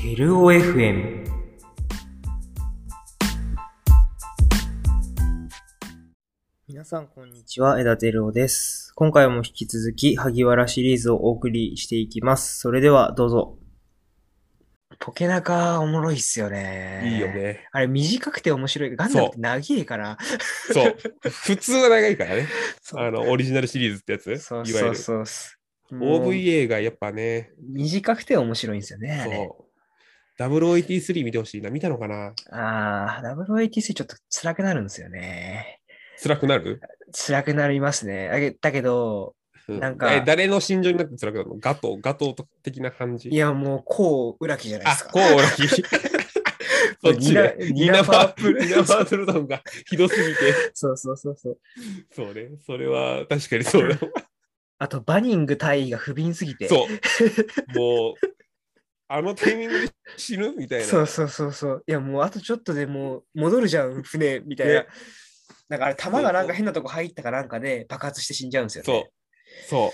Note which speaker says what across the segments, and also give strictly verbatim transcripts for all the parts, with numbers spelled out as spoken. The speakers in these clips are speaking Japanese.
Speaker 1: テルオ エフエム。 皆さんこんにちは、枝テルオです。今回も引き続き萩原シリーズをお送りしていきます。それではどうぞ。ポケナカおもろいっすよね。
Speaker 2: いいよね。
Speaker 1: あれ短くて面白い。ガンダムって長いから。
Speaker 2: そう。普通は長いからね。
Speaker 1: そう
Speaker 2: あの、オリジナルシリーズってやつ。
Speaker 1: そう
Speaker 2: いわゆる。
Speaker 1: そうそう。
Speaker 2: オーブイエー がやっぱね。
Speaker 1: 短くて面白いんですよね。あれ
Speaker 2: そう。ダブルオーエイティースリー 見てほしいな。見たのかな。
Speaker 1: ああ、ダブリューエーティースリー ちょっと辛くなるんですよね。
Speaker 2: 辛くなる。
Speaker 1: 辛くなりますね。だけだけど、
Speaker 2: うん、
Speaker 1: なんか、
Speaker 2: え、誰の心情になって辛くなるの？ガトー、ガトー的な感じ。
Speaker 1: いやもう、こう、裏木じゃないですか。
Speaker 2: あ、こう、裏木。そっちね。
Speaker 1: ニナファープル。
Speaker 2: ニナファープルドンがひどすぎて。
Speaker 1: そうそうそうそう。
Speaker 2: そうね。それは確かにそうだ。
Speaker 1: あと、バニング大尉が不憫すぎて。
Speaker 2: そう。もう、あのタイミングで死ぬみたいな。
Speaker 1: そうそうそうそう。いや、もうあとちょっとでもう戻るじゃん、船、みたいな。ね、なんかあれ、弾がなんか変なとこ入ったかなんかで爆発して死んじゃうんですよね。
Speaker 2: そう。そう。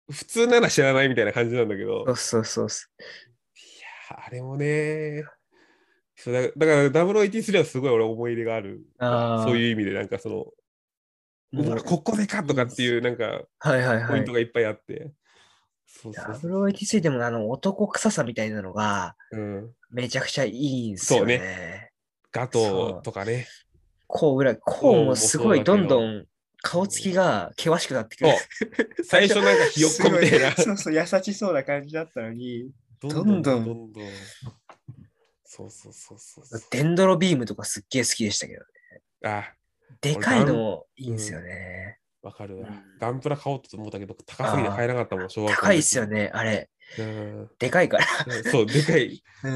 Speaker 2: 普通なら知らないみたいな感じなんだけど。
Speaker 1: そうそうそう。
Speaker 2: いや、あれもね。そうだ、だから ダブルオーエイティースリー はすごい俺思い入れがある。そういう意味で、なんかその、うわ、ここでかとかっていう、なんか、
Speaker 1: はいはいはい。
Speaker 2: ポイントがいっぱいあって。そうそうそう。
Speaker 1: ダブルオーエイティースリー でもあの男臭さみたいなのが、
Speaker 2: うん、
Speaker 1: めちゃくちゃいいんですよね。
Speaker 2: そうね。ガトーとかね。
Speaker 1: こうぐらい、こうもすごいどんどん顔つきが険しくなってくる。
Speaker 2: 最初なんかひよっこみたいな。
Speaker 1: そうそう、優しそうな感じだったのに、
Speaker 2: どんどんどんどん。そうそうそうそう。
Speaker 1: デンドロビームとかすっげえ好きでしたけどね。
Speaker 2: あ、
Speaker 1: でかいのいいんですよね。
Speaker 2: わ、うん、かるわ、うん。ガンプラ買おうと思ったけど、高すぎて買えなかったもん、小学校。
Speaker 1: 高いっすよね、あれ。うん、でかいから。
Speaker 2: そう、でかい。うん、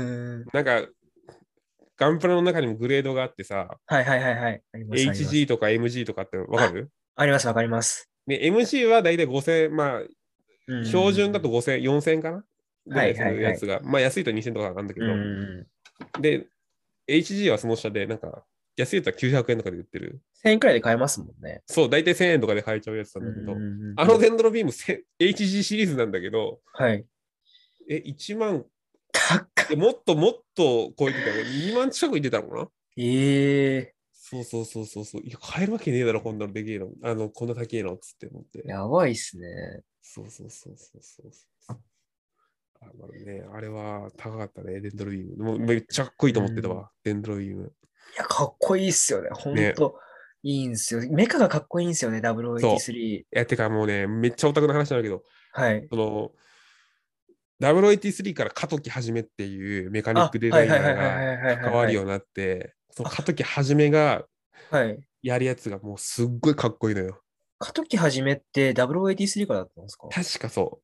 Speaker 2: なんか、ガンプラの中にもグレードがあってさ、
Speaker 1: はいはいはいはい。
Speaker 2: エイチジー とか エムジー とかってわかる？
Speaker 1: ありますわかります。
Speaker 2: ね、エムジー はだいたいごせんえん、まあ、標準だとごせんえん、よんせんえんかなぐらいするやつが、はいはいはい、まあ安いとにせんとかなんだけど、で、エイチジー はその下で、なんか、安いときゅうひゃくえんとかで売ってる。
Speaker 1: せんえんくらいで買えますもんね。
Speaker 2: そう、だいたいせんえんとかで買えちゃうやつなんだけど、あのデンドロビーム エイチジー シリーズなんだけど、
Speaker 1: はい。
Speaker 2: え、いちまん、もっともっと超えてたよね。にまん近くいってたのかな。
Speaker 1: ええー。
Speaker 2: そうそうそうそうそう。いや、買えるわけねえだろ、こんなのでけえの。あの、こんな高えのっつって思って。
Speaker 1: やばいっすね。
Speaker 2: そうそうそうそうそうそう。あのね、あれは高かったね、デンドロビーム。もうめっちゃかっこいいと思ってたわ、デンドロビーム。
Speaker 1: いや、かっこいいっすよね。ほんと、ね、いいんすよ。メカがかっこいいんすよね、ダブルオーエイティースリー。
Speaker 2: そう。いや、てかもうね、めっちゃオタクの話なんだけど、
Speaker 1: はい。
Speaker 2: その、ダブルオーエイティースリー から加藤木はじめっていうメカニックデザイナーが関わるようになって、その加藤木はじめがやるやつがもうすっごいかっこいいのよ。
Speaker 1: 加藤木はじめって ダブルオーエイティースリー からだったんですか？
Speaker 2: 確かそう。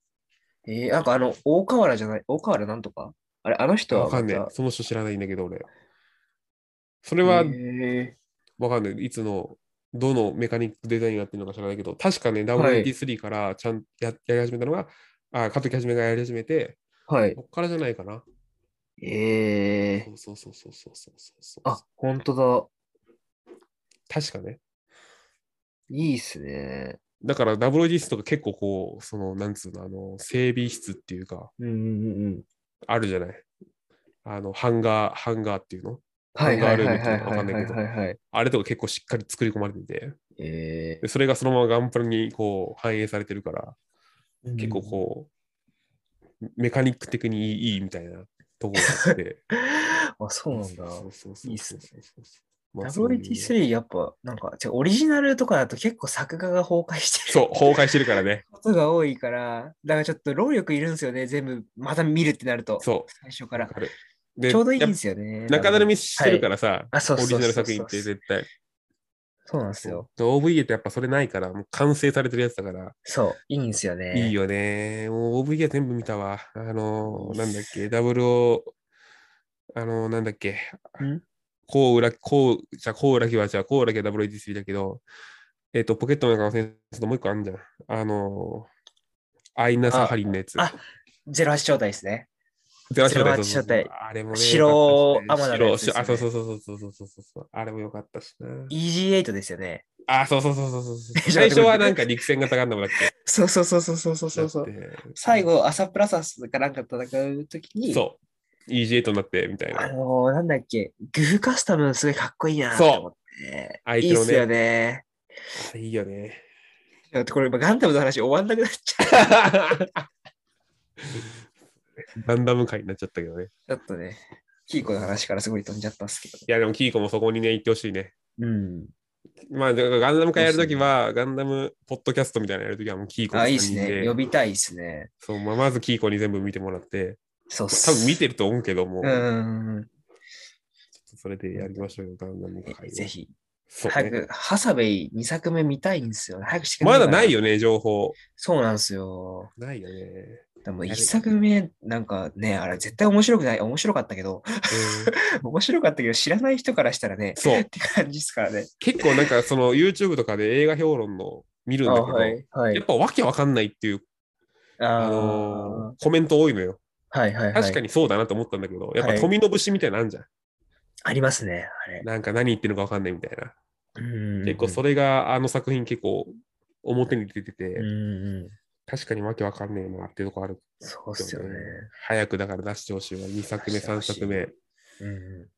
Speaker 1: えー、なんかあの、大河原じゃない、大河原なんとかあれ、あの人は
Speaker 2: わかんねえ。その人知らないんだけど、俺。それは、わかんない。いつの、どのメカニックデザインやってるのか知らないけど、確かね、ダブルオーエイティースリー からちゃんややり始めたのが、あ、加藤木はじめがやり始めて、
Speaker 1: はい。
Speaker 2: こっからじゃないかな。
Speaker 1: ええー。
Speaker 2: そうそうそうそうそうそうそう。
Speaker 1: あ、ほんとだ。
Speaker 2: 確かね。
Speaker 1: いいっすね。
Speaker 2: だから ダブリューディー とか結構こう、その、なんつうの、あの、整備室っていうか、
Speaker 1: うんうんうん、
Speaker 2: あるじゃない。あの、ハンガー、ハンガーっていうのハ
Speaker 1: はい
Speaker 2: ンガールームっていう
Speaker 1: はいはいはい
Speaker 2: のかわかんないけど、
Speaker 1: はい。
Speaker 2: あれとか結構しっかり作り込まれてて、
Speaker 1: えー、
Speaker 2: でそれがそのままガンプラにこう反映されてるから、
Speaker 1: うん、
Speaker 2: 結構こう、メカニック的にいいみたいなところがあって。
Speaker 1: あ、そうなんだ。
Speaker 2: そうそうそう。
Speaker 1: いいっすね。
Speaker 2: まあ、
Speaker 1: ダブリューティースリー やっぱ、なんか、オリジナルとかだと結構作画が崩壊してる。
Speaker 2: そう、崩壊してるからね。
Speaker 1: ことが多いから、だからちょっと労力いるんですよね、全部、また見るってなると。
Speaker 2: そう。
Speaker 1: 最初から。
Speaker 2: で
Speaker 1: ちょうどいいんですよね。
Speaker 2: 中だるみしてるからさ、
Speaker 1: はい、あ、そうそうそうそう、
Speaker 2: オリジナル作品って絶対。
Speaker 1: そうなんですよ。
Speaker 2: オーブイエー ってやっぱそれないから、もう完成されてるやつだから。
Speaker 1: そう、いいんですよね。
Speaker 2: いいよね。もう オーブイエー 全部見たわ。あのー、なんだっけ、ダブルオー、あのー、なんだっけ。
Speaker 1: ん
Speaker 2: こう裏、こう、じゃあ、こう裏きは、じゃあ、こう裏きは ダブリューエーティースリー だけど、えっ、ー、と、ポケットの中のセンスともう一個あるんじゃん。あのー、アイナ・サハリンのやつ。
Speaker 1: あ、ゼロはち招待ですね。
Speaker 2: ゼロはち招待。あれもね、
Speaker 1: 白アマダのやつです、ね。
Speaker 2: あ、そうそうそうそうそうそうそう。あれもよかったしな。
Speaker 1: イージーエイト ですよね。
Speaker 2: あ、そうそうそうそうそうそう。最初はなんか陸戦型ガンダムだっけ？
Speaker 1: そうそうそうそうそうそうそう。最後、アサプラサスかなんか戦うときに、
Speaker 2: そイージーエイト になってみたいな。
Speaker 1: あのー、なんだっけ、グフカスタムすごいかっこいいなって思
Speaker 2: そう
Speaker 1: って。
Speaker 2: 相手のね。
Speaker 1: いいっすよね。
Speaker 2: あれいいよね。
Speaker 1: だってこれガンダムの話終わんなくなっちゃう。
Speaker 2: ガンダム界になっちゃったけどね。
Speaker 1: ちょっとね、キーコの話からすごい飛んじゃったんですけど。
Speaker 2: いや、でもキーコもそこにね、行ってほしいね。
Speaker 1: うん。
Speaker 2: まあ、だからガンダム会やるとき
Speaker 1: そうっすね
Speaker 2: は、ガンダムポッドキャストみたいなのやるときは、もうキーコと
Speaker 1: あ、いいっ
Speaker 2: 3
Speaker 1: すね。
Speaker 2: 人で、
Speaker 1: 呼びたいっすね。
Speaker 2: そう、まあ、まずキーコに全部見てもらって、
Speaker 1: そうっ
Speaker 2: まあ、多分見て
Speaker 1: す。
Speaker 2: ると思うけど
Speaker 1: う
Speaker 2: も、
Speaker 1: ん。
Speaker 2: ちょっとそれでやりましょうよ、ガンダム
Speaker 1: え
Speaker 2: 会を。
Speaker 1: ぜひ。
Speaker 2: そうね。
Speaker 1: 早く、ハサウェイにさくめ見たいんですよ。早くしてくん
Speaker 2: まだ
Speaker 1: ねえかな。
Speaker 2: ないよね、情報。
Speaker 1: そうなんですよ。
Speaker 2: ないよね。
Speaker 1: でも一
Speaker 2: やる。
Speaker 1: 作目、なんかね、あれ絶対面白くない。面白かったけど、
Speaker 2: うん。
Speaker 1: 面白かったけど、知らない人からしたらね、
Speaker 2: そう。
Speaker 1: って感じですからね。
Speaker 2: 結構なんかその YouTube とかで映画評論の見る
Speaker 1: あ、
Speaker 2: んだけど、
Speaker 1: はい、はい。
Speaker 2: やっぱわけわかんないっていう、
Speaker 1: あ
Speaker 2: あのー
Speaker 1: あ、
Speaker 2: コメント多いのよ。
Speaker 1: はい、はい、はい。
Speaker 2: 確かにそうだなと思ったんだけど、やっぱ
Speaker 1: はい。
Speaker 2: 富の節みたいなのあんじゃん。
Speaker 1: ありますね、あれ。
Speaker 2: なんか何言ってるのかわかんないみたいな。
Speaker 1: うん、うん、
Speaker 2: 結構それがあの作品結構表に出て
Speaker 1: うん。
Speaker 2: て、
Speaker 1: うん、
Speaker 2: 確かにわけわかんねえなっていうとこある
Speaker 1: そうっ
Speaker 2: よね。
Speaker 1: すよね。
Speaker 2: 早くだから出してほしいわ。にさくめ、3
Speaker 1: 出してほしい。
Speaker 2: 作目。
Speaker 1: うん、うん。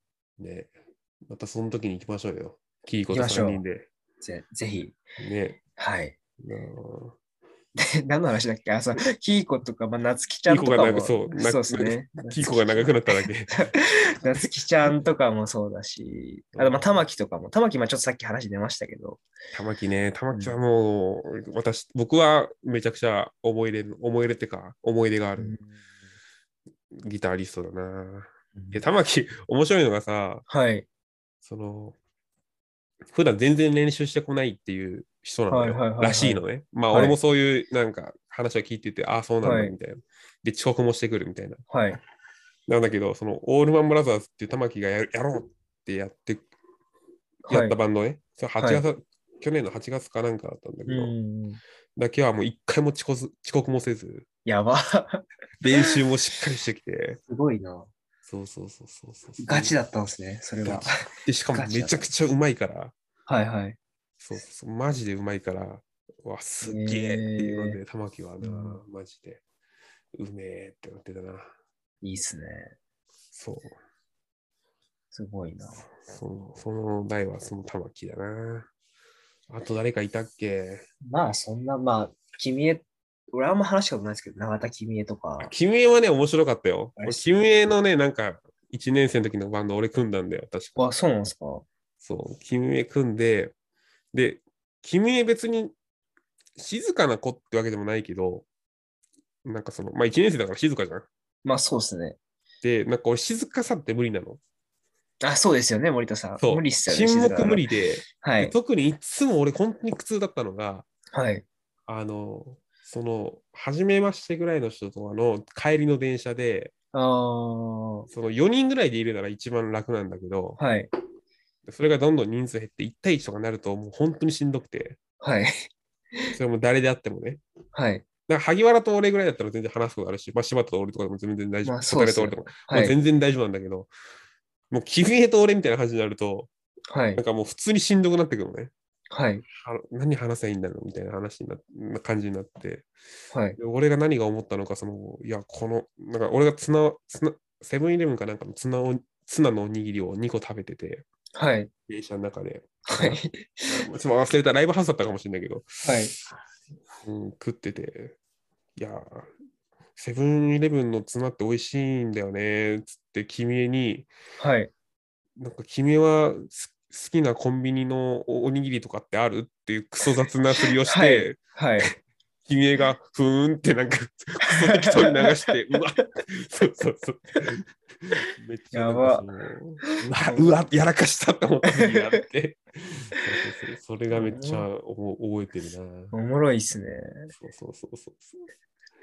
Speaker 2: ね。またその時に行きましょうよ。キー
Speaker 1: 行
Speaker 2: コと3
Speaker 1: きましょ
Speaker 2: 人で。
Speaker 1: う。ぜ、ぜひ。
Speaker 2: ね。
Speaker 1: はい。
Speaker 2: なあ
Speaker 1: で、何の話だっけあ、そう、キーコとか、まあ、夏希ちゃ
Speaker 2: キーコがなんか
Speaker 1: んとかも、
Speaker 2: そう、な、
Speaker 1: そうですね。
Speaker 2: キー
Speaker 1: 夏希ちゃん。
Speaker 2: コが長くなっただけ。
Speaker 1: 夏希ちゃんとかもそうだし、あと、まあ、玉木とかも、玉木、まあ、ちょっとさっき話出ましたけど、
Speaker 2: 玉木ね、玉木は
Speaker 1: うん。
Speaker 2: もう、私、僕はめちゃくちゃ思い入れの、思い入れってか、思い出がある
Speaker 1: うん。
Speaker 2: ギタリストだな。いや、
Speaker 1: うん
Speaker 2: 玉木、面白いのがさ、
Speaker 1: はい。
Speaker 2: その、普段全然練習してこないっていう人なの
Speaker 1: はい、
Speaker 2: よ。
Speaker 1: はい、はい、
Speaker 2: らし
Speaker 1: はい。
Speaker 2: いのね。まあ、俺も
Speaker 1: はい。
Speaker 2: そういうなんか話は聞いてて、ああ、そうなんだ、
Speaker 1: はい。
Speaker 2: みたいな。で、遅刻もしてくるみたいな。
Speaker 1: はい。
Speaker 2: なんだけど、その、オールマンブラザーズっていう玉木がややろうってやって、やった
Speaker 1: はい。
Speaker 2: バンドね。それ8
Speaker 1: はい。
Speaker 2: 月、去年のはちがつかなんかだったんだ
Speaker 1: う
Speaker 2: けど、
Speaker 1: ん。
Speaker 2: だけはもう一回も遅刻遅刻もせず、
Speaker 1: やば。
Speaker 2: 練習もしっかりしてきて、
Speaker 1: すごいな。
Speaker 2: そうそうそうそうそうそう。
Speaker 1: ガチだったんですね、それは。
Speaker 2: ガチ。で、しかもめちゃく
Speaker 1: ガチだった。
Speaker 2: ちゃうまいから、
Speaker 1: はい、はい。
Speaker 2: そうそうそう、マジでうまいから、わ、すっげえっていうの
Speaker 1: ええ
Speaker 2: で、玉木はな、
Speaker 1: うん。
Speaker 2: マジで、うめえってなってたな。
Speaker 1: いいっすね。
Speaker 2: そう。
Speaker 1: すごいな。
Speaker 2: その、その代はその玉木だな。あと誰かいたっけ？
Speaker 1: まあ、そんな、まあ、君へ、俺はあんま話したことないですけど、永田君へと
Speaker 2: あ、
Speaker 1: か、
Speaker 2: 君江はね、面白かったよ。
Speaker 1: あれっ
Speaker 2: 俺、
Speaker 1: すよね。
Speaker 2: 君江のね、なんか、いちねん生の時のバンド俺組んだんだよ、確か。
Speaker 1: あ、そうなんですか。
Speaker 2: そう、君江組んで、で、君江別に静かな子ってわけでもないけど、なんかその、まあいちねん生だから静かじゃん。
Speaker 1: まあ、そうですね。
Speaker 2: で、なんか俺静かさって無理なの。
Speaker 1: あ、そうですよね、森田さん。無
Speaker 2: そう。
Speaker 1: 理っすよね、
Speaker 2: 沈黙無
Speaker 1: 静かなの。
Speaker 2: 理で、で、
Speaker 1: はい。
Speaker 2: 特にいつも俺本当に苦痛だったのが、
Speaker 1: はい。
Speaker 2: あの、その、初めましてぐらいの人との帰りの電車で、
Speaker 1: ああ、
Speaker 2: そのよにんぐらいでいるなら一番楽なんだけど、
Speaker 1: はい。
Speaker 2: それがどんどん人数減っていち対いちとかになるともう本当にしんどくて、
Speaker 1: はい。
Speaker 2: それも誰であってもね。
Speaker 1: はい。
Speaker 2: だから萩原と俺ぐらいだったら全然話すことあるし、まあ、柴田と俺とかでも全然大丈
Speaker 1: まあ、
Speaker 2: 夫。小
Speaker 1: そうっすよね。
Speaker 2: 種と俺とか、もう
Speaker 1: はい。
Speaker 2: 全然大丈夫なんだけど、もう君江と俺みたいな感じになると、
Speaker 1: はい。
Speaker 2: なんかもう普通にしんどくなってくるのね。
Speaker 1: はい。
Speaker 2: は何話せばいいんだろうみたいな話になな感じになって、
Speaker 1: はい。
Speaker 2: で俺が何が思ったのか、その、いや、この、なんか俺がツナ、ツナ、セブンイレブンかなんかのツナを、ツナのおにぎりをにこ食べてて、
Speaker 1: はい。
Speaker 2: 電車の中で。
Speaker 1: はい。
Speaker 2: あ、ちょっと忘れた、ライブハウスだったかもしれないけど、
Speaker 1: はい。
Speaker 2: うん、食ってて、いや、セブンイレブンのツナって美味しいんだよね、つって君に、
Speaker 1: はい。
Speaker 2: なんか君はす好きなコンビニのおおにぎりとかってあるっていうクソ雑なふりをし
Speaker 1: はい。
Speaker 2: て、
Speaker 1: はい。
Speaker 2: 君江がふーんってなんかクソ適当に流して、うわ、そうそうそう。めっちゃなんかそ
Speaker 1: やば。
Speaker 2: の、うわ、うわ、やらかしたと思った時があって、そうそうそう、それがめっちゃお覚えてるな。
Speaker 1: おもろいっすね。
Speaker 2: そうそうそうそうそう。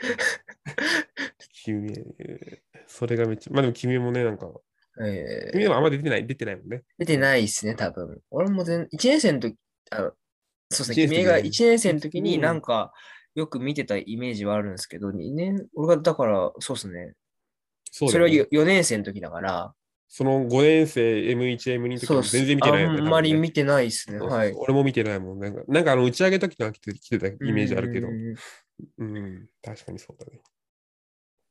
Speaker 2: 君江、それがめっちゃ、まあでも君江もね、なんか、君江
Speaker 1: えー、
Speaker 2: もあんま出てない、出てないもんね。
Speaker 1: 出てないっすね、多分。俺も全、いちねん生の時、あの、そうですね、
Speaker 2: 一年
Speaker 1: 君が
Speaker 2: 生の時ね。
Speaker 1: いちねん生の時に
Speaker 2: 一うん
Speaker 1: なんか、よく見てたイメージはあるんですけど、にねん、俺がだから、そうですね。それは
Speaker 2: そうだよね。
Speaker 1: よねん生の時だから、
Speaker 2: そのごねん生 エムワン、エムツー の時
Speaker 1: そうっす。
Speaker 2: も全然見て
Speaker 1: あ
Speaker 2: ないよね、
Speaker 1: んま
Speaker 2: 多分ね。
Speaker 1: り見てないっすね。
Speaker 2: そうそうそう。
Speaker 1: はい。
Speaker 2: 俺も見てないもん。なんか、なんかあの打ち上げ時とか来て来てた
Speaker 1: う
Speaker 2: イメージあるけど。
Speaker 1: ーん。
Speaker 2: うん、確かにそうだね。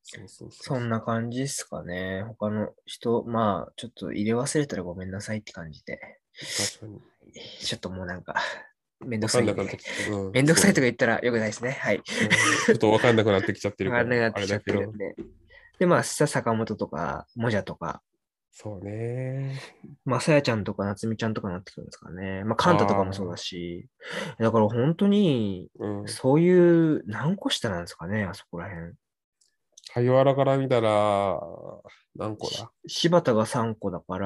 Speaker 2: そうそうそう。
Speaker 1: そんな感じですかね。他の人、まあ、ちょっと入れ忘れたらごめんなさいって感じで。
Speaker 2: 確かに。
Speaker 1: ちょっともうなんか、めんど
Speaker 2: わかん
Speaker 1: くさいんで。
Speaker 2: なくなってきて、うん、
Speaker 1: めんどくさいとか
Speaker 2: そうね。
Speaker 1: 言ったらよくないですね。はい。
Speaker 2: うん、ちょっとわかんなくなってきちゃってるから、
Speaker 1: わかんなくなっ
Speaker 2: あ
Speaker 1: てきちゃっ
Speaker 2: れだけど。
Speaker 1: てるんで。で、まあ、さ、坂本とか、もじゃとか、
Speaker 2: そうね。
Speaker 1: まあ、さやちゃんとか、なつみちゃんとかになってくるんですかね。まあ、カンタとかもそうだ
Speaker 2: ああ、
Speaker 1: し。だから本当に、
Speaker 2: うん。
Speaker 1: そういう、何個下なんですかね、あそこら辺。
Speaker 2: 萩原から見たら、何個
Speaker 1: し
Speaker 2: だ？
Speaker 1: 柴田がさんこだから、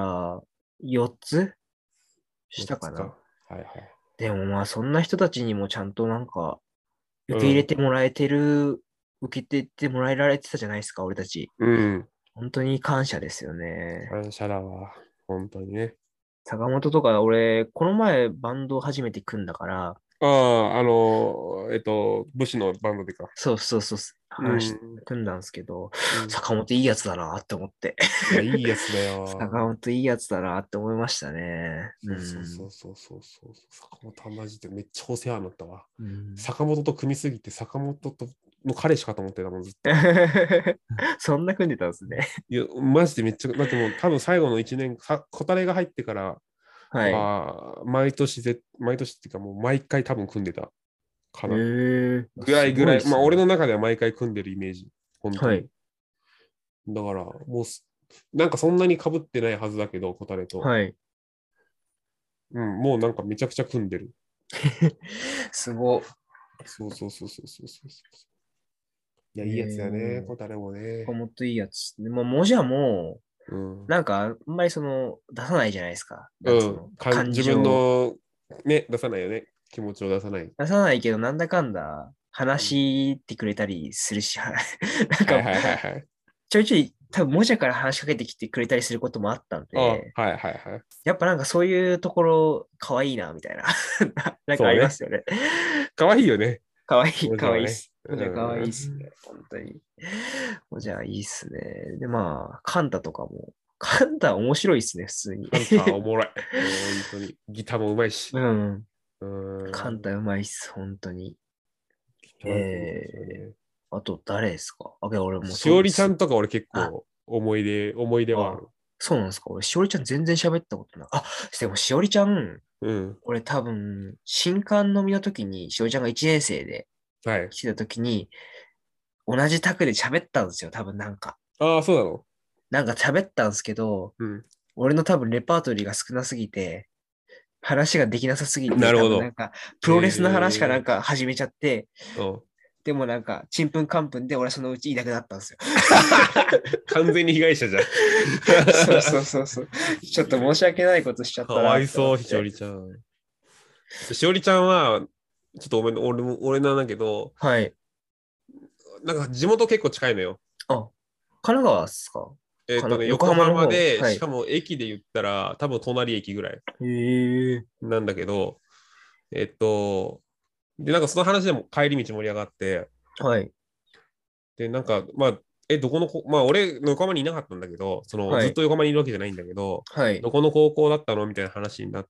Speaker 1: よっつ
Speaker 2: よっ
Speaker 1: 下か
Speaker 2: つか。
Speaker 1: な。
Speaker 2: はいはい。
Speaker 1: でもまあ、そんな人たちにもちゃんとなんか、受け入れ
Speaker 2: うん。
Speaker 1: てもらえてる、受けてってもらえられてたじゃないですか、俺たち。
Speaker 2: うん。
Speaker 1: 本当に感謝ですよね。
Speaker 2: 感謝だわ。本当にね。
Speaker 1: 坂本とか、俺、この前バンドを初めて組んだから、
Speaker 2: ああ、あの、えっと、武士のバンドでか。
Speaker 1: そうそうそう、
Speaker 2: う
Speaker 1: 話、
Speaker 2: ん。
Speaker 1: 組んだんですけど、
Speaker 2: うん。
Speaker 1: 坂本いいやつだなって思って。
Speaker 2: いや、いいやつだ
Speaker 1: 坂
Speaker 2: よ。
Speaker 1: 本いいやつだなって思いましたね。う
Speaker 2: そうそうそ
Speaker 1: ん。
Speaker 2: うそうそうそう。坂本はマジでめっちゃお世話になったわ。
Speaker 1: うん。
Speaker 2: 坂本と組みすぎて、坂本との彼氏かと思ってたもん、ずっと。
Speaker 1: そんな組んでたんですね。
Speaker 2: いや、マジでめっちゃ、だってもう多分最後のいちねん、さ小タレが入ってから
Speaker 1: はい。
Speaker 2: は、毎年ぜ、毎年っていうかもう毎回多分組んでたか
Speaker 1: え
Speaker 2: な。
Speaker 1: えー、
Speaker 2: ぐら
Speaker 1: す
Speaker 2: いぐらい、まあ
Speaker 1: ごいっすね。
Speaker 2: 俺の中では毎回組んでるイメージ。本当に。
Speaker 1: はい。
Speaker 2: だから、もうす、なんかそんなに被ってないはずだけど、小タレと。
Speaker 1: はい。
Speaker 2: うん、もうなんかめちゃくちゃ組んでる。
Speaker 1: すご。
Speaker 2: そうそうそうそうそうそう。いや、
Speaker 1: え
Speaker 2: いいやつだね、
Speaker 1: え
Speaker 2: 小タレもね。
Speaker 1: ー、もっといいやつ。でも、もじゃも、
Speaker 2: うん。
Speaker 1: なんか、あんまりその、出さないじゃないですか。なん
Speaker 2: うん。
Speaker 1: つうの、
Speaker 2: かん自分
Speaker 1: 感情。
Speaker 2: の、ね、出さないよね。気持ちを出さない。
Speaker 1: 出さないけど、なんだかんだ、
Speaker 2: うん、
Speaker 1: 話してくれたりするし、なんか、
Speaker 2: はいはいはいはい。
Speaker 1: ちょいちょい、多分、もじゃから話しかけてきてくれたりすることもあったん
Speaker 2: あ、
Speaker 1: で、
Speaker 2: はいはいはい。
Speaker 1: やっぱなんかそういうところ、可愛いな、みたいな。なんかあ
Speaker 2: そうね。
Speaker 1: りますよね。
Speaker 2: かわいいよね。
Speaker 1: 可愛い、
Speaker 2: もじゃはね。
Speaker 1: 可愛いっす。も
Speaker 2: う
Speaker 1: じゃ可愛いっす
Speaker 2: ん。
Speaker 1: ね。本当に。もじゃいいっすね。で、まあ、カンタとかも。カンタ面白いっすね、普通に。
Speaker 2: ハンターおもろい。本当に。ギターもうまいし。
Speaker 1: うん。
Speaker 2: う
Speaker 1: カン
Speaker 2: ん。
Speaker 1: タうまいっす、本当に。
Speaker 2: ギターいいですよ
Speaker 1: え
Speaker 2: ね。
Speaker 1: ー、あと誰ですか？あ、けど俺もう
Speaker 2: しおりちゃ
Speaker 1: そす。
Speaker 2: んとか俺結
Speaker 1: あ、
Speaker 2: 構思い出、思い出はあ
Speaker 1: あ、
Speaker 2: る。
Speaker 1: そうなんですか？俺、しおりちゃん全然喋ったことない。あ、でもしおりちゃん、
Speaker 2: うん。
Speaker 1: 俺多分、新刊のみの時に、しおりちゃんがいちねん生で
Speaker 2: はい。
Speaker 1: 来てた時に、同じ卓で喋ったんですよ、多分なんか。
Speaker 2: ああ、そうなの？
Speaker 1: なんか喋ったんですけど、
Speaker 2: うん。
Speaker 1: 俺の多分レパートリーが少なすぎて、話ができなさすぎて、
Speaker 2: なるほど。
Speaker 1: 多分なんか、プロレスの話かなん
Speaker 2: え
Speaker 1: か始めちゃって、
Speaker 2: ー、うん。
Speaker 1: でもなんか、ちんぷんかんぷんで俺はそのうちいなくなったんですよ。
Speaker 2: 完全に被害者じゃん。
Speaker 1: そうそうそうそう。ちょっと申し訳ないことしちゃっ
Speaker 2: か
Speaker 1: たなって思っ
Speaker 2: わいそう、しお
Speaker 1: て。
Speaker 2: りちゃん。しおりちゃんは、ちょっとごめん、俺も、俺なんだけど、
Speaker 1: はい。
Speaker 2: なんか地元結構近いのよ。
Speaker 1: あ、神奈川っすか？かな、
Speaker 2: えっとね、
Speaker 1: 横
Speaker 2: 横
Speaker 1: 浜の方。
Speaker 2: 浜で、
Speaker 1: はい。
Speaker 2: しかも駅で言ったら、多分隣駅ぐらい
Speaker 1: へえ。
Speaker 2: なんだけど、えっと、で、なんかその話でも帰り道盛り上がって、
Speaker 1: はい。
Speaker 2: で、なんか、まあ、え、どこのこ、まあ、俺、横浜にいなかったんだけど、その、
Speaker 1: はい。
Speaker 2: ずっと横浜にいるわけじゃないんだけど、
Speaker 1: はい。
Speaker 2: どこの高校だったのみたいな話になって、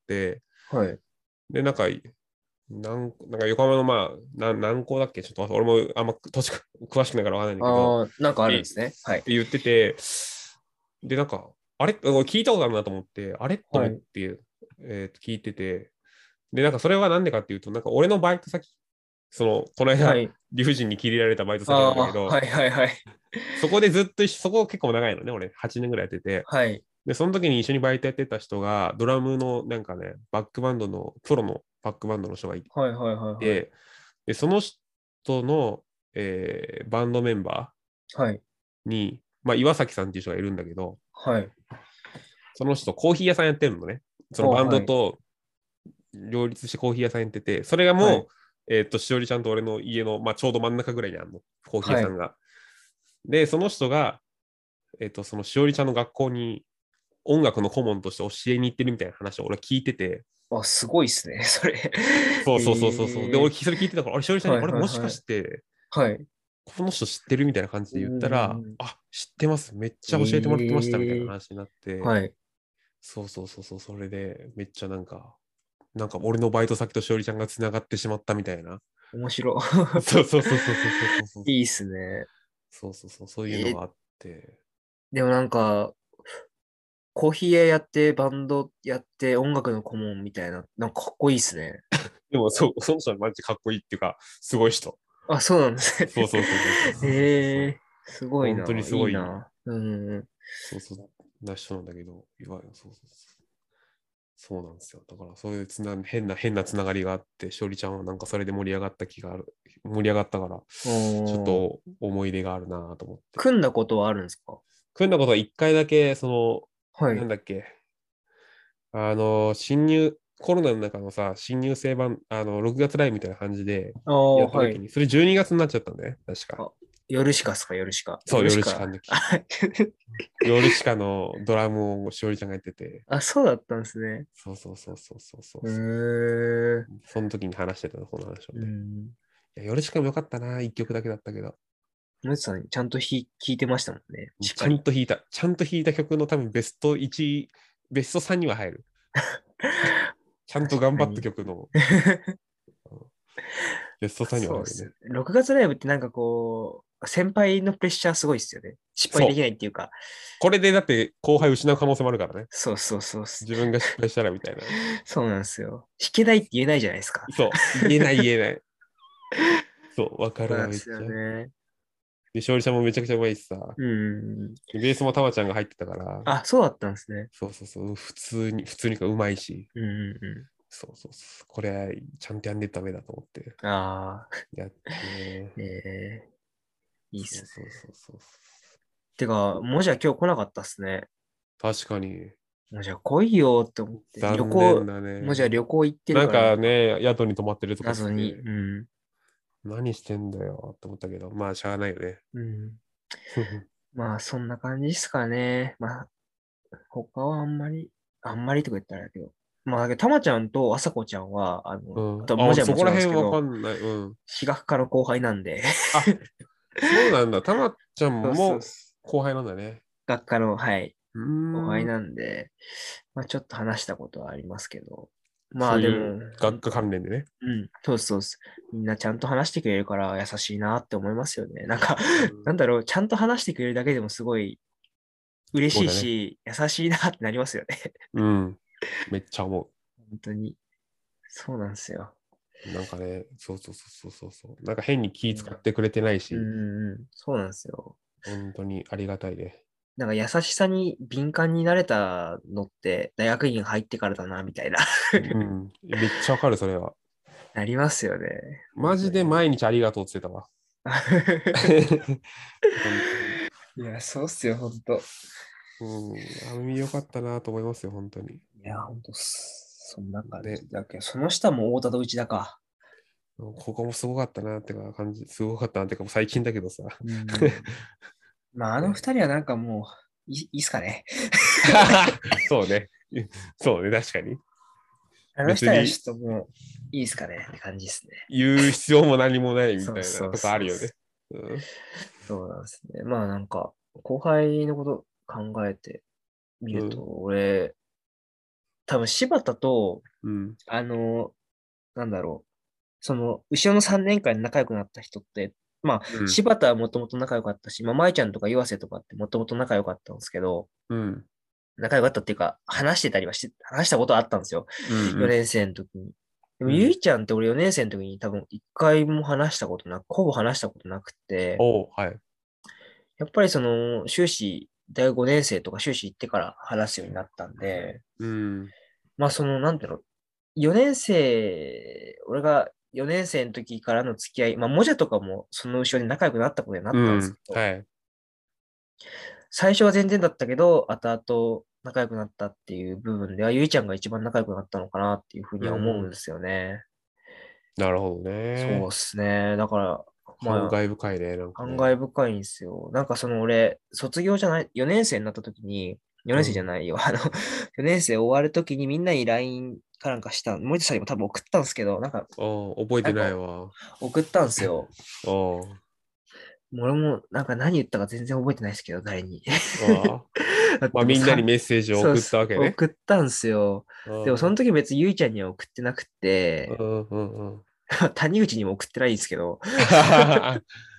Speaker 1: はい。
Speaker 2: で、なんか、なん、なんか横浜の、まあ、な何校だっけちょっと俺もあんま年詳しくないからわかんないんだけど、
Speaker 1: ああ、なんかあるんで
Speaker 2: え、
Speaker 1: すね。はい。
Speaker 2: 言ってて、で、なんか、あれ俺聞いたことあるなと思って、あれと思っ
Speaker 1: はい。
Speaker 2: て、えー聞いてて、で、なんかそれはなんでかっていうと、なんか俺のバイト先、その、この間、
Speaker 1: はい。
Speaker 2: 理不尽に切りられたバイト先なんだけ
Speaker 1: ああ、は
Speaker 2: ど、
Speaker 1: いはいはい。
Speaker 2: そこでずっと一緒、そこ結構長いのね、俺、はちねんぐらいやってて。
Speaker 1: はい。
Speaker 2: で、その時に一緒にバイトやってた人が、ドラムのなんかね、バックバンドの、プロのバックバンドの人がい
Speaker 1: はいはいはいはい。
Speaker 2: て、で、その人の、えーバンドメンバ
Speaker 1: はい。
Speaker 2: ーに、まあ、岩崎さんっていう人がいるんだけど、
Speaker 1: はい。
Speaker 2: その人、コーヒー屋さんやってるのね。その
Speaker 1: あ、
Speaker 2: バン
Speaker 1: はい。
Speaker 2: ドと両立してコーヒー屋さんやってて、それが
Speaker 1: はい。
Speaker 2: もう、えーっと、しおりちゃんと俺の家の、まあ、ちょうど真ん中ぐらいにあるの、コーヒー屋
Speaker 1: はい。
Speaker 2: さんが。で、その人が、えーっと、そのしおりちゃんの学校に音楽の顧問として教えに行ってるみたいな話を俺は聞いてて、
Speaker 1: あ、すごいっすね、それ。
Speaker 2: そうそうそうそうそう。で、俺
Speaker 1: ええ、
Speaker 2: それ聞いてたから、あれ、しおりちゃんに、
Speaker 1: はい
Speaker 2: あれ、もしか
Speaker 1: はいはい。
Speaker 2: して、
Speaker 1: はい。
Speaker 2: この人知ってるみたいな感じで言っ
Speaker 1: うん
Speaker 2: たら、
Speaker 1: うんうん。
Speaker 2: あ、知ってます。めっちゃ教えてもらってましたみたいな
Speaker 1: ええ、
Speaker 2: 話になって、
Speaker 1: はい。
Speaker 2: そうそうそうそう、それで、めっちゃなんか、なんか俺のバイト先としおりちゃんがつながってしまったみたいな。
Speaker 1: 面白。
Speaker 2: そうそうそうそうそうそうそう。
Speaker 1: いいっすね。
Speaker 2: そうそうそう、そういうのがあって。
Speaker 1: でもなんか、コーヒー屋やって、バンドやって、音楽の顧問みたいな、なんかかっこいいっすね。
Speaker 2: でもそう、その人はマジでかっこいいっていうか、すごい人。
Speaker 1: あ、そうなんですね。
Speaker 2: そうそうそうそうそうそうそうそう。
Speaker 1: ええー、すごい
Speaker 2: 本当に
Speaker 1: な。いい
Speaker 2: すごい、
Speaker 1: な。うん。
Speaker 2: そうそう、な人なんだけど、いわゆるそうそうそう。そうなんですよ。だからそういうつな変な変なつながりがあって、しおりちゃんはなんかそれで盛り上がった気がある。盛り上がったから、ちょっ
Speaker 1: おー、
Speaker 2: と思い出があるなと思って。
Speaker 1: 組んだことはあるんですか？
Speaker 2: 組んだことは一回だけ、その、な
Speaker 1: はい。
Speaker 2: んだっけ、あの、新入、コロナの中のさ、新入生版、あの、ろくがつライブみたいな感じで
Speaker 1: ああ、はい。
Speaker 2: やった時に、それじゅうにがつになっちゃったんだね、確か。
Speaker 1: あ、夜しかっすか、夜しか。
Speaker 2: そう、
Speaker 1: 夜し
Speaker 2: 夜しかの
Speaker 1: か。
Speaker 2: 時。夜しかのドラムをしおりちゃんがやってて、
Speaker 1: あ、そうだったんですね。
Speaker 2: そうそうそうそうそうそう
Speaker 1: へ
Speaker 2: そう。
Speaker 1: え。
Speaker 2: その時に話してたの、この話を
Speaker 1: う
Speaker 2: ね。
Speaker 1: ん。
Speaker 2: いや、夜しかもよかったな、一曲だけだったけど。
Speaker 1: むつさん、ちゃんと弾聞いてましたもんね。しっ
Speaker 2: ちゃん
Speaker 1: かり。
Speaker 2: と弾いた。ちゃんと弾いた曲の多分ベストいち、ベストさんには入る。ちゃんと頑張った
Speaker 1: 確かに。
Speaker 2: 曲のベストさんには入るね。
Speaker 1: そうっす。ろくがつライブってなんかこう、先輩のプレッシャーすごいっすよね。失敗でき
Speaker 2: そう。
Speaker 1: ないっていうか。
Speaker 2: これでだって後輩失う可能性もあるからね。
Speaker 1: そうそうそうっす。
Speaker 2: 自分が失敗したらみたいな。
Speaker 1: そうなんですよ。弾けないって言えないじゃないですか。
Speaker 2: そう。言えない言えない。そう。わかるわ、
Speaker 1: そうなんですよ
Speaker 2: めっちゃ。
Speaker 1: ね。
Speaker 2: で、勝利者もめちゃくちゃうまいしさ。
Speaker 1: うん。
Speaker 2: でベースもたまちゃんが入ってたから、
Speaker 1: あ、そうだったんですね。
Speaker 2: そうそうそう。普通に、普通にかうまいし。
Speaker 1: うんうんう
Speaker 2: そうそうそう。これ、ちゃんとやんねえとダメだと思って。
Speaker 1: ん。ああ、
Speaker 2: やったね。
Speaker 1: ええ、いいっ
Speaker 2: そう
Speaker 1: すね。
Speaker 2: そうそうそう。
Speaker 1: てか、もじゃ今日来なかったっすね。
Speaker 2: 確かに。
Speaker 1: もじゃ来いよって思って。旅
Speaker 2: 残念
Speaker 1: 行、
Speaker 2: だ
Speaker 1: もじゃ
Speaker 2: ね。
Speaker 1: 旅行行ってる
Speaker 2: なん
Speaker 1: からなんか、
Speaker 2: かね、宿に泊まってるとかっつ
Speaker 1: 謎に。
Speaker 2: って、
Speaker 1: うん。
Speaker 2: 何してんだよって思ったけど、まあ、しゃあないよね。
Speaker 1: うん。まあ、そんな感じですかね。まあ、他はあんまり、あんまりとか言ったらあれだけど。まあ、だけど、たまちゃんとあさこちゃんは、あの、あ
Speaker 2: うん。あ、
Speaker 1: ともじゃもち
Speaker 2: 俺そこら辺
Speaker 1: ろんですけど、
Speaker 2: わかんない。うん。
Speaker 1: 私学科の後輩なんで。
Speaker 2: あ、そうなんだ。たまちゃ
Speaker 1: そうそう
Speaker 2: んも
Speaker 1: そう。
Speaker 2: 後輩なんだね。
Speaker 1: 学科の、はい、
Speaker 2: うー
Speaker 1: 後輩
Speaker 2: ん。
Speaker 1: なんで、まあ、ちょっと話したことはありますけど。ま
Speaker 2: そういう
Speaker 1: あでも、
Speaker 2: 学科関連でね。
Speaker 1: うん、そうそうそう。みんなちゃんと話してくれるから優しいなって思いますよね。なんか、
Speaker 2: うん。
Speaker 1: なんだろう、ちゃんと話してくれるだけでもすごい嬉しい
Speaker 2: そうだね。
Speaker 1: し、優しいなってなりますよね。
Speaker 2: うん。めっちゃ思
Speaker 1: 本当に。そうなんですよ。
Speaker 2: う。なんかね、そうそうそうそうそう。なんか変に気
Speaker 1: うん、
Speaker 2: 使ってくれてない
Speaker 1: うん、
Speaker 2: し、
Speaker 1: うん、そうなんですよ。
Speaker 2: 本当にありがたいね。
Speaker 1: なんか優しさに敏感になれたのって大学院入ってからだな、みたいな
Speaker 2: うん。めっちゃわかる、それは。
Speaker 1: なりますよね。本
Speaker 2: マジで
Speaker 1: 当に。
Speaker 2: 毎日ありがとうって言ってたわ。本当に。
Speaker 1: いや、そうっすよ、本当。
Speaker 2: うん。あのよかったなと思いますよ、本当に。
Speaker 1: いや、本当そんな感
Speaker 2: ね。
Speaker 1: じだけど、その下も太田と内田か。
Speaker 2: ここもすごかったなってか感じ、すごかったなってかもう最近だけどさ。
Speaker 1: うん。まあ、あの
Speaker 2: ね、
Speaker 1: 二人はなんかもう、いい、いいっすかね。
Speaker 2: そうね。そうね、確かに。
Speaker 1: あの二人は
Speaker 2: 別に
Speaker 1: ちょっともう、いいっすかねって感じですね。
Speaker 2: 言う必要も何もないみ
Speaker 1: そう
Speaker 2: たいなとこ
Speaker 1: そうそう。
Speaker 2: あるよね。うん。
Speaker 1: そうなんですね。まあなんか、後輩のこと考えてみると、
Speaker 2: うん。
Speaker 1: 俺、多分柴田と、
Speaker 2: うん。
Speaker 1: あの、なんだろう、その、後ろのさんねんかんで仲良くなった人って、まあ、
Speaker 2: うん。
Speaker 1: 柴田はもともと仲良かったし、まあ、舞ちゃんとか岩瀬とかってもともと仲良かったんですけど、
Speaker 2: うん。
Speaker 1: 仲良かったっていうか、話してたりはして、話したことはあったんですよ。
Speaker 2: うん。
Speaker 1: よねん生の時に。でも、
Speaker 2: うん。
Speaker 1: ゆいちゃんって俺よねん生の時に多分一回も話したことなく、ほぼ話したことなくて、
Speaker 2: おう、はい。
Speaker 1: やっぱりその、修士、大学ごねん生とか修士行ってから話すようになったんで、
Speaker 2: うん。
Speaker 1: まあその、なんていうの、よねん生、俺がよねん生の時からの付き合い、まあ、もじゃとかもその後ろで仲良くなったことになったんですけ
Speaker 2: うん。
Speaker 1: ど、
Speaker 2: はい。
Speaker 1: 最初は全然だったけど、後々仲良くなったっていう部分では、ゆいちゃんが一番仲良くなったのかなっていうふうには思うん
Speaker 2: うん。
Speaker 1: ですよね。
Speaker 2: なるほどね。
Speaker 1: そうっすね。だから、
Speaker 2: 感
Speaker 1: ま
Speaker 2: 慨深いね、なん
Speaker 1: あ、感慨
Speaker 2: かね。
Speaker 1: 深いんですよ。なんかその俺、卒業じゃない、よねん生になった時に、よねん生じゃ
Speaker 2: うん。
Speaker 1: ないよ。あの、よねん生終わる時にみんなに ライン かなんかした、森田さんにも多分送ったんですけど、なんか、
Speaker 2: ああ、覚えて
Speaker 1: なんか
Speaker 2: ないわ。
Speaker 1: 送ったんですよ。
Speaker 2: あ
Speaker 1: 俺もなんか何言ったか全然覚えてないですけど、誰に。
Speaker 2: あ。ああ。
Speaker 1: だっ
Speaker 2: まあ、
Speaker 1: てもうさ、
Speaker 2: みんなにメッセージを送っ
Speaker 1: そうっす、
Speaker 2: たわけね。
Speaker 1: 送ったんですよ。
Speaker 2: あ
Speaker 1: でもその
Speaker 2: あ。
Speaker 1: 時別にゆいちゃんには送ってなくて、
Speaker 2: うんうんうん。
Speaker 1: 谷口にも送ってないんですけど、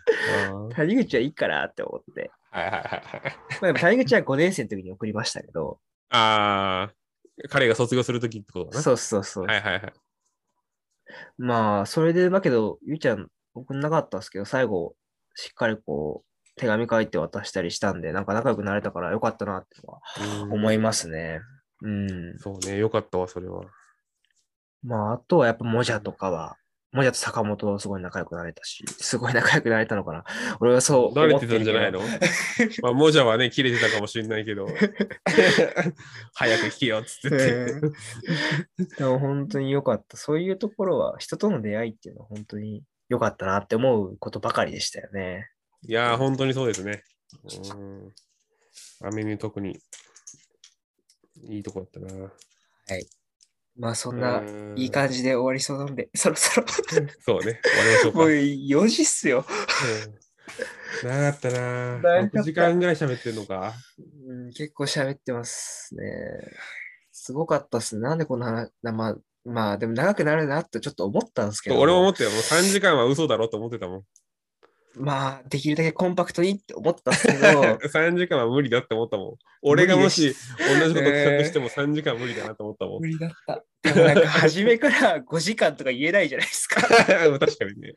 Speaker 1: 谷口はいいかなって思って。
Speaker 2: はいはいはいはい。
Speaker 1: まあ、でも谷口はごねん生の時に送りましたけど。
Speaker 2: ああ、彼が卒業する時ってことかな。
Speaker 1: そうそうそう。
Speaker 2: はいはいはい。
Speaker 1: まあ、それで、だけど、ゆうちゃん送んなかったんですけど、最後、しっかりこう、手紙書いて渡したりしたんで、なんか仲良くなれたからよかったなってのは思いますね。うん。
Speaker 2: そうね、よかったわ、それは。
Speaker 1: まあ、あとはやっぱもじゃとかは、もじゃと坂本とすごい仲良くなれたし、すごい仲良くなれたのかな。俺はそう思
Speaker 2: 慣れて
Speaker 1: ってるけど。
Speaker 2: たんじゃないの？まあ、もじゃはね、切れてたかもしれないけど、早く聞けよっつってって。
Speaker 1: でも本当に良かった。そういうところは、人との出会いっていうのは本当に良かったなって思うことばかりでしたよね。
Speaker 2: いやー、本当にそうですね。うん。アメニュー特にいいとこだったな。
Speaker 1: はい。まあそんないい感じで終わりそうなんで、そろそろ
Speaker 2: そうね、終わりましょうか。
Speaker 1: もうよじっすよ。
Speaker 2: うん、長かったな。6
Speaker 1: 長かった。
Speaker 2: 時間ぐらい喋ってんのか。
Speaker 1: うん、結構喋ってますね。すごかったっすね。なんでこんな話、なまあ、まあでも長くなるなってちょっと思ったんですけど、
Speaker 2: 俺も思ったよ。もうさんじかんは嘘だろと思ってたもん。
Speaker 1: まあできるだけコンパクトにって思ったっすけど、
Speaker 2: さんじかんは無理だって思ったもん。俺
Speaker 1: 無理で
Speaker 2: がもし
Speaker 1: す。
Speaker 2: 同じこと企画して
Speaker 1: え
Speaker 2: もさんじかん無理だなと思ったもん。
Speaker 1: 無理だった。でもなんか初めからごじかんとか言えないじゃないですか。
Speaker 2: 確かにね。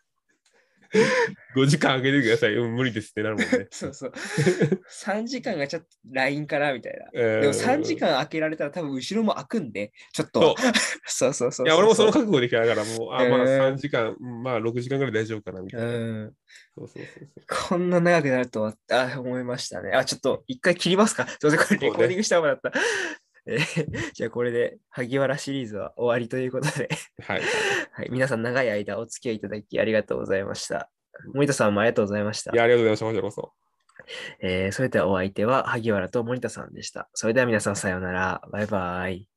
Speaker 2: ごじかんあげてください。うん、無理ですってなるもんね。
Speaker 1: そうそう。さんじかんがちょっと ライン かなみたいな。でも3時
Speaker 2: うん。
Speaker 1: 間空けられたら多分後ろも開くんで、ちょっとは。
Speaker 2: そう。
Speaker 1: そうそうそ
Speaker 2: いや、俺
Speaker 1: うそうそう。
Speaker 2: もその覚悟できたから、もう、あ、まあ3
Speaker 1: え
Speaker 2: 時間、うんまあろくじかんぐらい大丈夫かな、みた
Speaker 1: ー、
Speaker 2: いな。
Speaker 1: うん。
Speaker 2: そうそうそうそう。
Speaker 1: こんな長くなるとは、あ、思いましたね。あ、ちょっと一回切りますか。すいません、これレコーディングしたままだった。えーじゃあこれで萩原シリーズは終わりということで
Speaker 2: はいはい。
Speaker 1: はい、皆さん長い間お付き合いいただきありがとうございました。森田さんもありがとうございまし
Speaker 2: いや、
Speaker 1: た。
Speaker 2: ありがとうございました、こちらこそ。
Speaker 1: えーそれではお相手は萩原と森田さんでした。それでは皆さんさようなら。バイバイ。